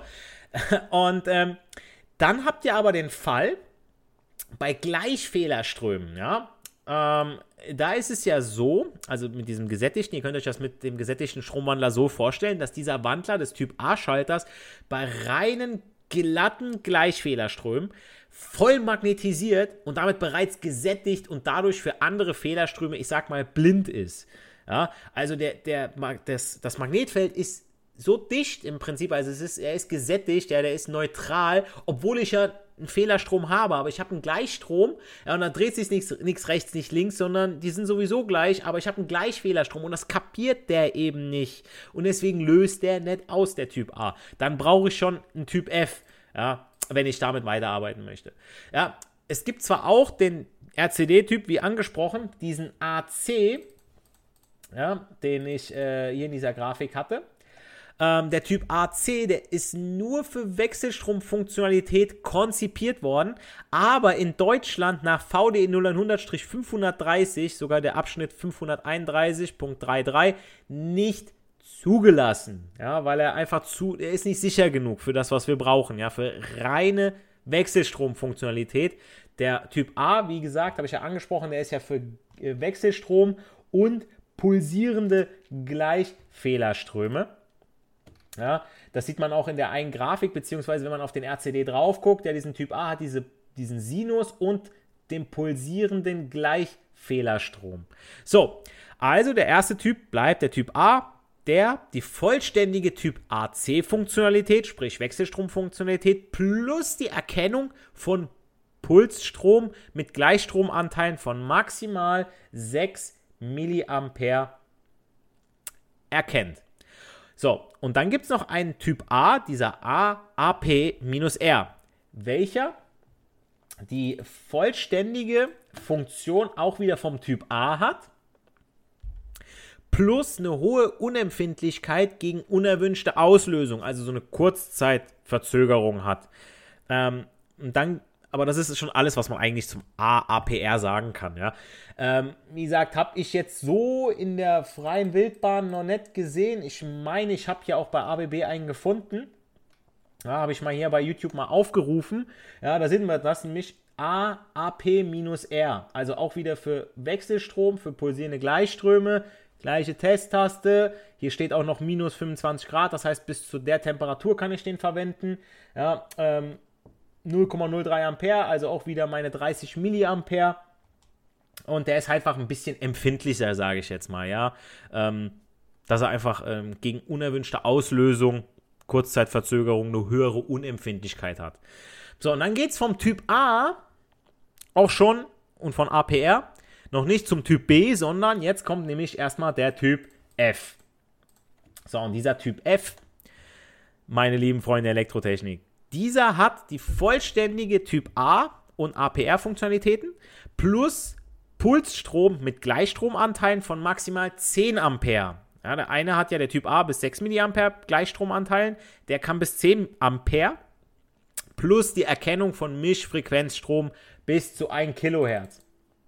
und ähm, dann habt ihr aber den Fall, bei Gleichfehlerströmen, ja, ähm, da ist es ja so, also mit diesem gesättigten, ihr könnt euch das mit dem gesättigten Stromwandler so vorstellen, dass dieser Wandler des Typ A-Schalters bei reinen, glatten Gleichfehlerströmen voll magnetisiert und damit bereits gesättigt und dadurch für andere Fehlerströme, ich sag mal, blind ist. Ja, also der, der, das, das Magnetfeld ist so dicht im Prinzip, also es ist, er ist gesättigt, ja, der ist neutral, obwohl ich ja einen Fehlerstrom habe, aber ich habe einen Gleichstrom, ja, und da dreht sich nichts rechts, nicht links, sondern die sind sowieso gleich, aber ich habe einen Gleichfehlerstrom und das kapiert der eben nicht und deswegen löst der nicht aus, der Typ A. Dann brauche ich schon einen Typ F, ja, wenn ich damit weiterarbeiten möchte. Ja, es gibt zwar auch den R C D-Typ, wie angesprochen, diesen A C, ja, den ich äh, hier in dieser Grafik hatte. Ähm, der Typ A C, der ist nur für Wechselstromfunktionalität konzipiert worden, aber in Deutschland nach V D E null hundert fünfhundertdreißig, sogar der Abschnitt fünfhunderteinunddreißig Punkt dreiunddreißig, nicht zugelassen, ja, weil er einfach zu, er ist nicht sicher genug für das, was wir brauchen, ja, für reine Wechselstromfunktionalität. Der Typ A, wie gesagt, habe ich ja angesprochen, der ist ja für äh, Wechselstrom und pulsierende Gleichfehlerströme. Ja, das sieht man auch in der einen Grafik, beziehungsweise wenn man auf den R C D drauf guckt, der diesen Typ A hat, diese, diesen Sinus und den pulsierenden Gleichfehlerstrom. So, also der erste Typ bleibt der Typ A, der die vollständige Typ A C-Funktionalität, sprich Wechselstromfunktionalität, plus die Erkennung von Pulsstrom mit Gleichstromanteilen von maximal sechs Milliampere erkennt. So, und dann gibt es noch einen Typ A, dieser A A P-R, welcher die vollständige Funktion auch wieder vom Typ A hat, plus eine hohe Unempfindlichkeit gegen unerwünschte Auslösung, also so eine Kurzzeitverzögerung hat. Ähm, und dann, aber das ist schon alles, was man eigentlich zum A A P R sagen kann, ja. Ähm, wie gesagt, habe ich jetzt so in der freien Wildbahn noch nicht gesehen. Ich meine, ich habe hier auch bei A B B einen gefunden. Ja, habe ich mal hier bei YouTube mal aufgerufen. Ja, da sehen wir das, nämlich A A P-R. Also auch wieder für Wechselstrom, für pulsierende Gleichströme. Gleiche Testtaste. Hier steht auch noch minus fünfundzwanzig Grad. Das heißt, bis zu der Temperatur kann ich den verwenden. Ja, ähm, null Komma null drei Ampere, also auch wieder meine dreißig Milliampere. Und der ist einfach ein bisschen empfindlicher, sage ich jetzt mal, ja. Ähm, dass er einfach ähm, gegen unerwünschte Auslösung, Kurzzeitverzögerung, eine höhere Unempfindlichkeit hat. So, und dann geht es vom Typ A auch schon und von A P R noch nicht zum Typ B, sondern jetzt kommt nämlich erstmal der Typ F. So, und dieser Typ F, meine lieben Freunde der Elektrotechnik, dieser hat die vollständige Typ A und A P R-Funktionalitäten plus Pulsstrom mit Gleichstromanteilen von maximal zehn Ampere. Ja, der eine hat ja der Typ A bis sechs Milliampere Gleichstromanteilen, der kann bis zehn Ampere plus die Erkennung von Mischfrequenzstrom bis zu ein Kilohertz.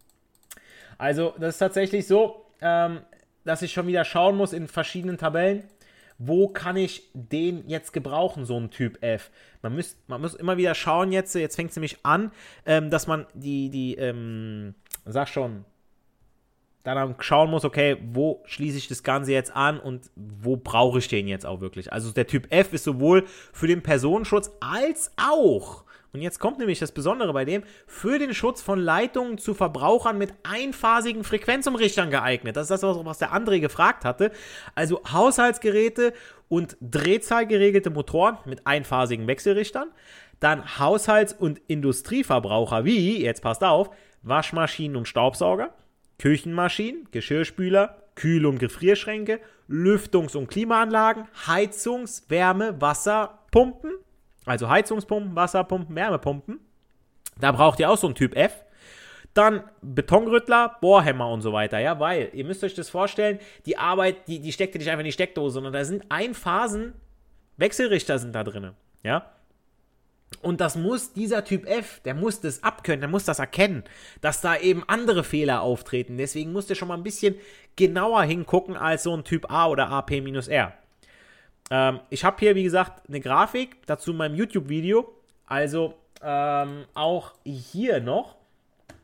Also das ist tatsächlich so, ähm, dass ich schon wieder schauen muss in verschiedenen Tabellen, wo kann ich den jetzt gebrauchen, so einen Typ F. Man muss, man muss immer wieder schauen jetzt, jetzt fängt es nämlich an, ähm, dass man die, die ähm, sag schon, dann schauen muss, okay, wo schließe ich das Ganze jetzt an und wo brauche ich den jetzt auch wirklich. Also der Typ F ist sowohl für den Personenschutz als auch, und jetzt kommt nämlich das Besondere bei dem, für den Schutz von Leitungen zu Verbrauchern mit einphasigen Frequenzumrichtern geeignet. Das ist das, was der André gefragt hatte. Also Haushaltsgeräte und drehzahlgeregelte Motoren mit einphasigen Wechselrichtern. Dann Haushalts- und Industrieverbraucher wie, jetzt passt auf, Waschmaschinen und Staubsauger, Küchenmaschinen, Geschirrspüler, Kühl- und Gefrierschränke, Lüftungs- und Klimaanlagen, Heizungs-, Wärme-, Wasserpumpen, also Heizungspumpen, Wasserpumpen, Wärmepumpen. Da braucht ihr auch so einen Typ F. Dann Betonrüttler, Bohrhämmer und so weiter, ja, weil, ihr müsst euch das vorstellen, die Arbeit, die, die steckt ihr nicht einfach in die Steckdose, sondern da sind Einphasen, Wechselrichter sind da drin, ja. Und das muss dieser Typ F, der muss das abkönnen, der muss das erkennen, dass da eben andere Fehler auftreten. Deswegen musst du schon mal ein bisschen genauer hingucken als so ein Typ A oder A P-R. Ähm, ich habe hier, wie gesagt, eine Grafik dazu in meinem YouTube-Video. Also ähm, auch hier noch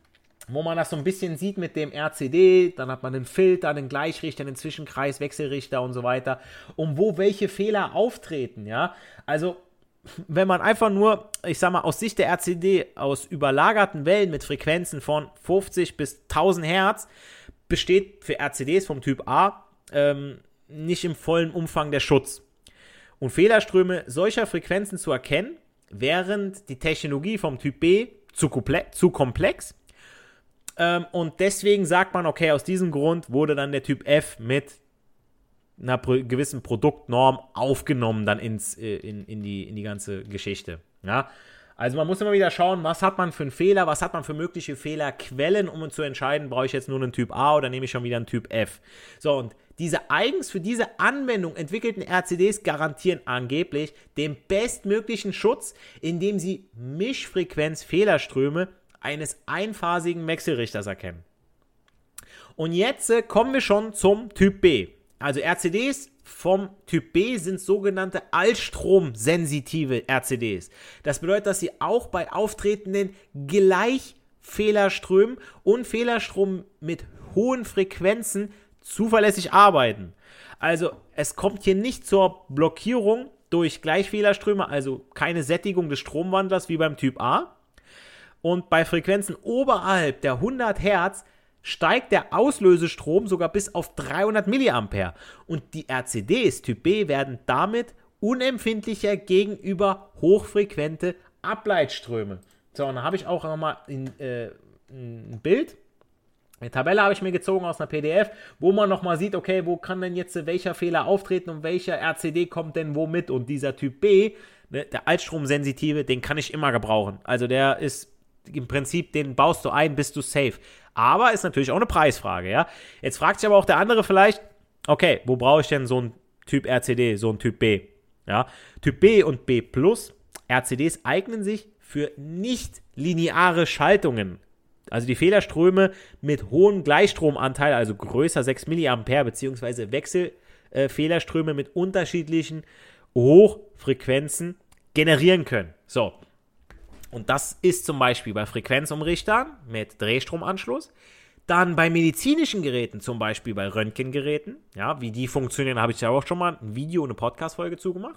wo man das so ein bisschen sieht mit dem R C D, dann hat man den Filter, den Gleichrichter, den Zwischenkreis, Wechselrichter und so weiter, und wo welche Fehler auftreten, ja, also wenn man einfach nur, ich sag mal, aus Sicht der R C D, aus überlagerten Wellen mit Frequenzen von fünfzig bis tausend Hertz, besteht für R C Ds vom Typ A ähm, nicht im vollen Umfang der Schutz. Und Fehlerströme solcher Frequenzen zu erkennen, während die Technologie vom Typ B zu, komple- zu komplex. Ähm, und deswegen sagt man, okay, aus diesem Grund wurde dann der Typ F mit einer pro- gewissen Produktnorm aufgenommen dann ins, äh, in, in, die, in die ganze Geschichte. Ja? Also man muss immer wieder schauen, was hat man für einen Fehler, was hat man für mögliche Fehlerquellen, um zu entscheiden, brauche ich jetzt nur einen Typ A oder nehme ich schon wieder einen Typ F. So, und diese eigens für diese Anwendung entwickelten R C Ds garantieren angeblich den bestmöglichen Schutz, indem sie Mischfrequenz-Fehlerströme eines einphasigen Wechselrichters erkennen. Und jetzt äh, kommen wir schon zum Typ B. Also R C Ds vom Typ B sind sogenannte altstromsensitive R C Ds. Das bedeutet, dass sie auch bei auftretenden Gleichfehlerströmen und Fehlerströmen mit hohen Frequenzen zuverlässig arbeiten. Also es kommt hier nicht zur Blockierung durch Gleichfehlerströme, also keine Sättigung des Stromwandlers wie beim Typ A. Und bei Frequenzen oberhalb der hundert Hertz steigt der Auslösestrom sogar bis auf dreihundert Milliampere. Und die R C Ds Typ B werden damit unempfindlicher gegenüber hochfrequente Ableitströme. So, und dann habe ich auch nochmal ein, äh, ein Bild. Eine Tabelle habe ich mir gezogen aus einer P D F, wo man nochmal sieht, okay, wo kann denn jetzt welcher Fehler auftreten und welcher R C D kommt denn wo mit. Und dieser Typ B, ne, der Altstromsensitive, den kann ich immer gebrauchen. Also der ist im Prinzip, den baust du ein, bist du safe. Aber ist natürlich auch eine Preisfrage, ja. Jetzt fragt sich aber auch der andere vielleicht, okay, wo brauche ich denn so einen Typ R C D, so einen Typ B? Ja, Typ B und B plus R C Ds eignen sich für nicht lineare Schaltungen. Also die Fehlerströme mit hohem Gleichstromanteil, also größer sechs Milliampere, beziehungsweise Wechselfehlerströme äh, mit unterschiedlichen Hochfrequenzen generieren können. So. Und das ist zum Beispiel bei Frequenzumrichtern mit Drehstromanschluss. Dann bei medizinischen Geräten, zum Beispiel bei Röntgengeräten. Ja, wie die funktionieren, habe ich ja auch schon mal ein Video und eine Podcast-Folge zugemacht.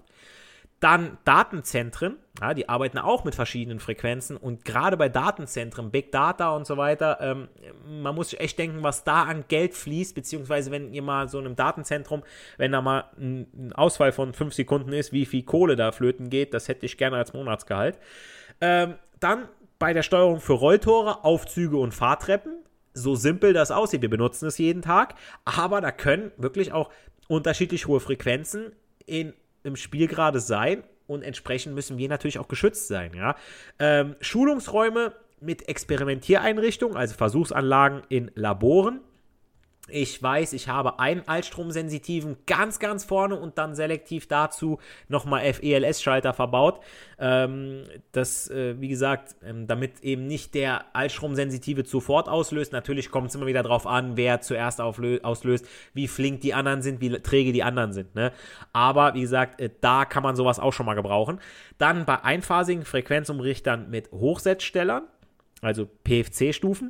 Dann Datenzentren, ja, die arbeiten auch mit verschiedenen Frequenzen. Und gerade bei Datenzentren, Big Data und so weiter, ähm, man muss sich echt denken, was da an Geld fließt, beziehungsweise wenn ihr mal so in einem Datenzentrum, wenn da mal ein, ein Ausfall von fünf Sekunden ist, wie viel Kohle da flöten geht, das hätte ich gerne als Monatsgehalt. Ähm, dann bei der Steuerung für Rolltore, Aufzüge und Fahrtreppen. So simpel das aussieht, wir benutzen es jeden Tag, aber da können wirklich auch unterschiedlich hohe Frequenzen in, im Spiel gerade sein und entsprechend müssen wir natürlich auch geschützt sein. Ja? Ähm, Schulungsräume mit Experimentiereinrichtungen, also Versuchsanlagen in Laboren. Ich weiß, ich habe einen Altstromsensitiven ganz, ganz vorne und dann selektiv dazu nochmal F E L S-Schalter verbaut. Ähm, das, äh, wie gesagt, ähm, damit eben nicht der Altstromsensitive sofort auslöst. Natürlich kommt es immer wieder drauf an, wer zuerst auflö- auslöst, wie flink die anderen sind, wie träge die anderen sind. Ne? Aber, wie gesagt, äh, da kann man sowas auch schon mal gebrauchen. Dann bei einphasigen Frequenzumrichtern mit Hochsetzstellern, also P F C-Stufen.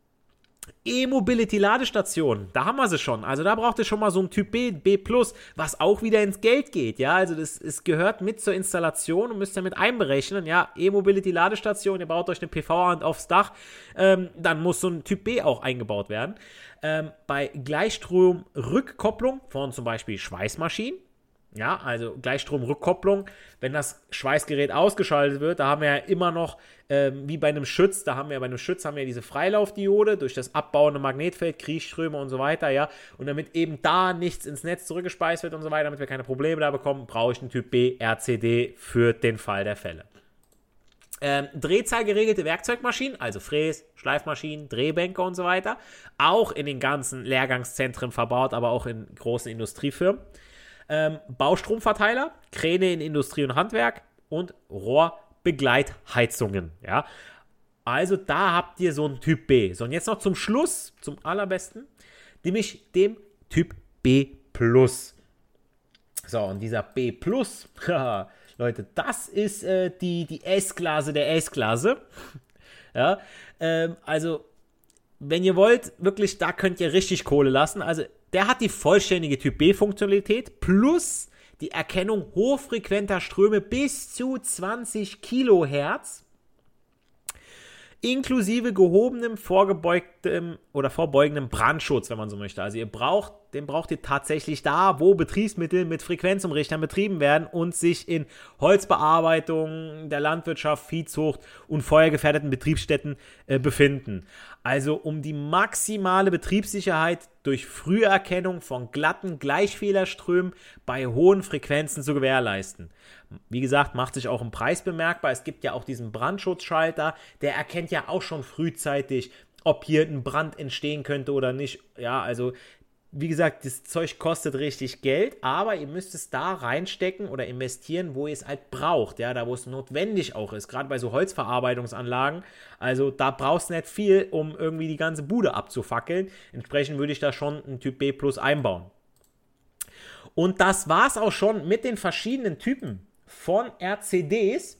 E-Mobility-Ladestationen, da haben wir sie schon. Also da braucht ihr schon mal so ein Typ B, B plus, was auch wieder ins Geld geht. Ja, also das, das gehört mit zur Installation und müsst ihr mit einberechnen. Ja, E-Mobility-Ladestation, ihr baut euch eine P V-Wand aufs Dach, ähm, dann muss so ein Typ B auch eingebaut werden. Ähm, bei Gleichstrom-Rückkopplung von zum Beispiel Schweißmaschinen, ja, also Gleichstromrückkopplung, wenn das Schweißgerät ausgeschaltet wird, da haben wir ja immer noch, ähm, wie bei einem Schütz, da haben wir bei einem Schütz haben wir diese Freilaufdiode durch das abbauende Magnetfeld, Kriechströme und so weiter, ja, und damit eben da nichts ins Netz zurückgespeist wird und so weiter, damit wir keine Probleme da bekommen, brauche ich einen Typ B R C D für den Fall der Fälle. Ähm, Drehzahlgeregelte Werkzeugmaschinen, also Fräs, Schleifmaschinen, Drehbänke und so weiter, auch in den ganzen Lehrgangszentren verbaut, aber auch in großen Industriefirmen. Ähm, Baustromverteiler, Kräne in Industrie und Handwerk und Rohrbegleitheizungen, ja. Also da habt ihr so einen Typ B. So, und jetzt noch zum Schluss, zum allerbesten, nämlich dem Typ B plus. So, und dieser B plus, Leute, das ist äh, die, die S-Klasse der S-Klasse. Ja, ähm, also wenn ihr wollt, wirklich, da könnt ihr richtig Kohle lassen. Also der hat die vollständige Typ B-Funktionalität plus die Erkennung hochfrequenter Ströme bis zu zwanzig Kilohertz. Inklusive gehobenem, vorgebeugtem oder vorbeugendem Brandschutz, wenn man so möchte. Also ihr braucht, den braucht ihr tatsächlich da, wo Betriebsmittel mit Frequenzumrichtern betrieben werden und sich in Holzbearbeitung, der Landwirtschaft, Viehzucht und feuergefährdeten Betriebsstätten äh, befinden. Also um die maximale Betriebssicherheit durch Früherkennung von glatten Gleichfehlerströmen bei hohen Frequenzen zu gewährleisten. Wie gesagt, macht sich auch im Preis bemerkbar. Es gibt ja auch diesen Brandschutzschalter, der erkennt ja auch schon frühzeitig, ob hier ein Brand entstehen könnte oder nicht. Ja, also wie gesagt, das Zeug kostet richtig Geld, aber ihr müsst es da reinstecken oder investieren, wo ihr es halt braucht, ja, da wo es notwendig auch ist, gerade bei so Holzverarbeitungsanlagen. Also da brauchst du nicht viel, um irgendwie die ganze Bude abzufackeln. Entsprechend würde ich da schon einen Typ B Plus einbauen. Und das war's auch schon mit den verschiedenen Typen von R C Ds.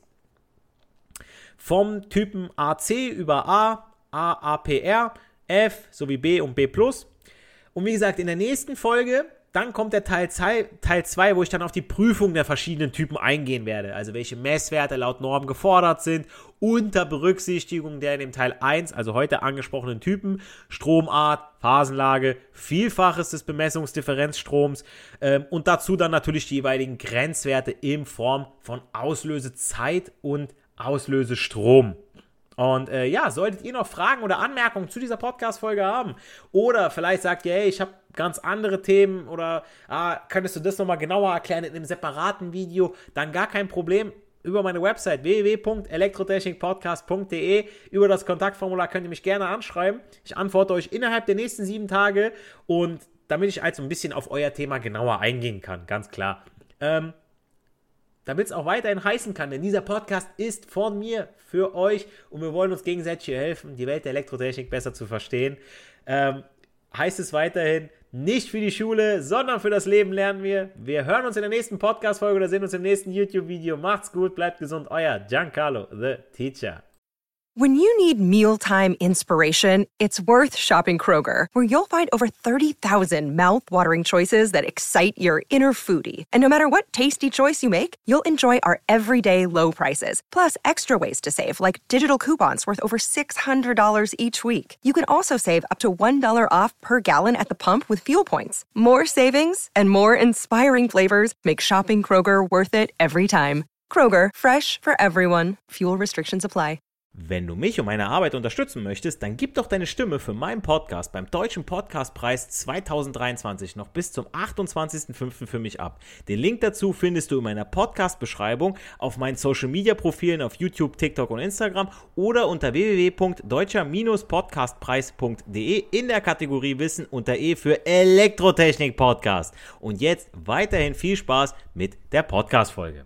Vom Typen A C über A, A A P R, F sowie B und B Plus. Und wie gesagt, in der nächsten Folge, dann kommt der Teil zwei, wo ich dann auf die Prüfung der verschiedenen Typen eingehen werde. Also welche Messwerte laut Norm gefordert sind, unter Berücksichtigung der in dem Teil eins, also heute angesprochenen Typen, Stromart, Phasenlage, Vielfaches des Bemessungsdifferenzstroms ähm, und dazu dann natürlich die jeweiligen Grenzwerte in Form von Auslösezeit und Auslösestrom. Und äh, ja, solltet ihr noch Fragen oder Anmerkungen zu dieser Podcast-Folge haben oder vielleicht sagt ihr, hey, ich habe ganz andere Themen oder ah, könntest du das nochmal genauer erklären in einem separaten Video, dann gar kein Problem. Über meine Website w w w punkt elektrotechnikpodcast punkt d e, über das Kontaktformular könnt ihr mich gerne anschreiben. Ich antworte euch innerhalb der nächsten sieben Tage und damit ich also ein bisschen auf euer Thema genauer eingehen kann, ganz klar. Ähm, damit es auch weiterhin heißen kann, denn dieser Podcast ist von mir für euch und wir wollen uns gegenseitig hier helfen, die Welt der Elektrotechnik besser zu verstehen. Ähm, heißt es weiterhin, nicht für die Schule, sondern für das Leben lernen wir. Wir hören uns in der nächsten Podcast-Folge oder sehen uns im nächsten YouTube-Video. Macht's gut, bleibt gesund, euer Giancarlo, the Teacher. When you need mealtime inspiration, it's worth shopping Kroger, where you'll find over thirty thousand mouth-watering choices that excite your inner foodie. And no matter what tasty choice you make, you'll enjoy our everyday low prices, plus extra ways to save, like digital coupons worth over six hundred dollars each week. You can also save up to one dollar off per gallon at the pump with fuel points. More savings and more inspiring flavors make shopping Kroger worth it every time. Kroger, fresh for everyone. Fuel restrictions apply. Wenn du mich und meine Arbeit unterstützen möchtest, dann gib doch deine Stimme für meinen Podcast beim Deutschen Podcastpreis zweitausenddreiundzwanzig noch bis zum achtundzwanzigsten fünften für mich ab. Den Link dazu findest du in meiner Podcast-Beschreibung, auf meinen Social-Media-Profilen auf YouTube, TikTok und Instagram oder unter w w w punkt deutscher podcastpreis punkt d e in der Kategorie Wissen unter E für Elektrotechnik-Podcast. Und jetzt weiterhin viel Spaß mit der Podcast-Folge.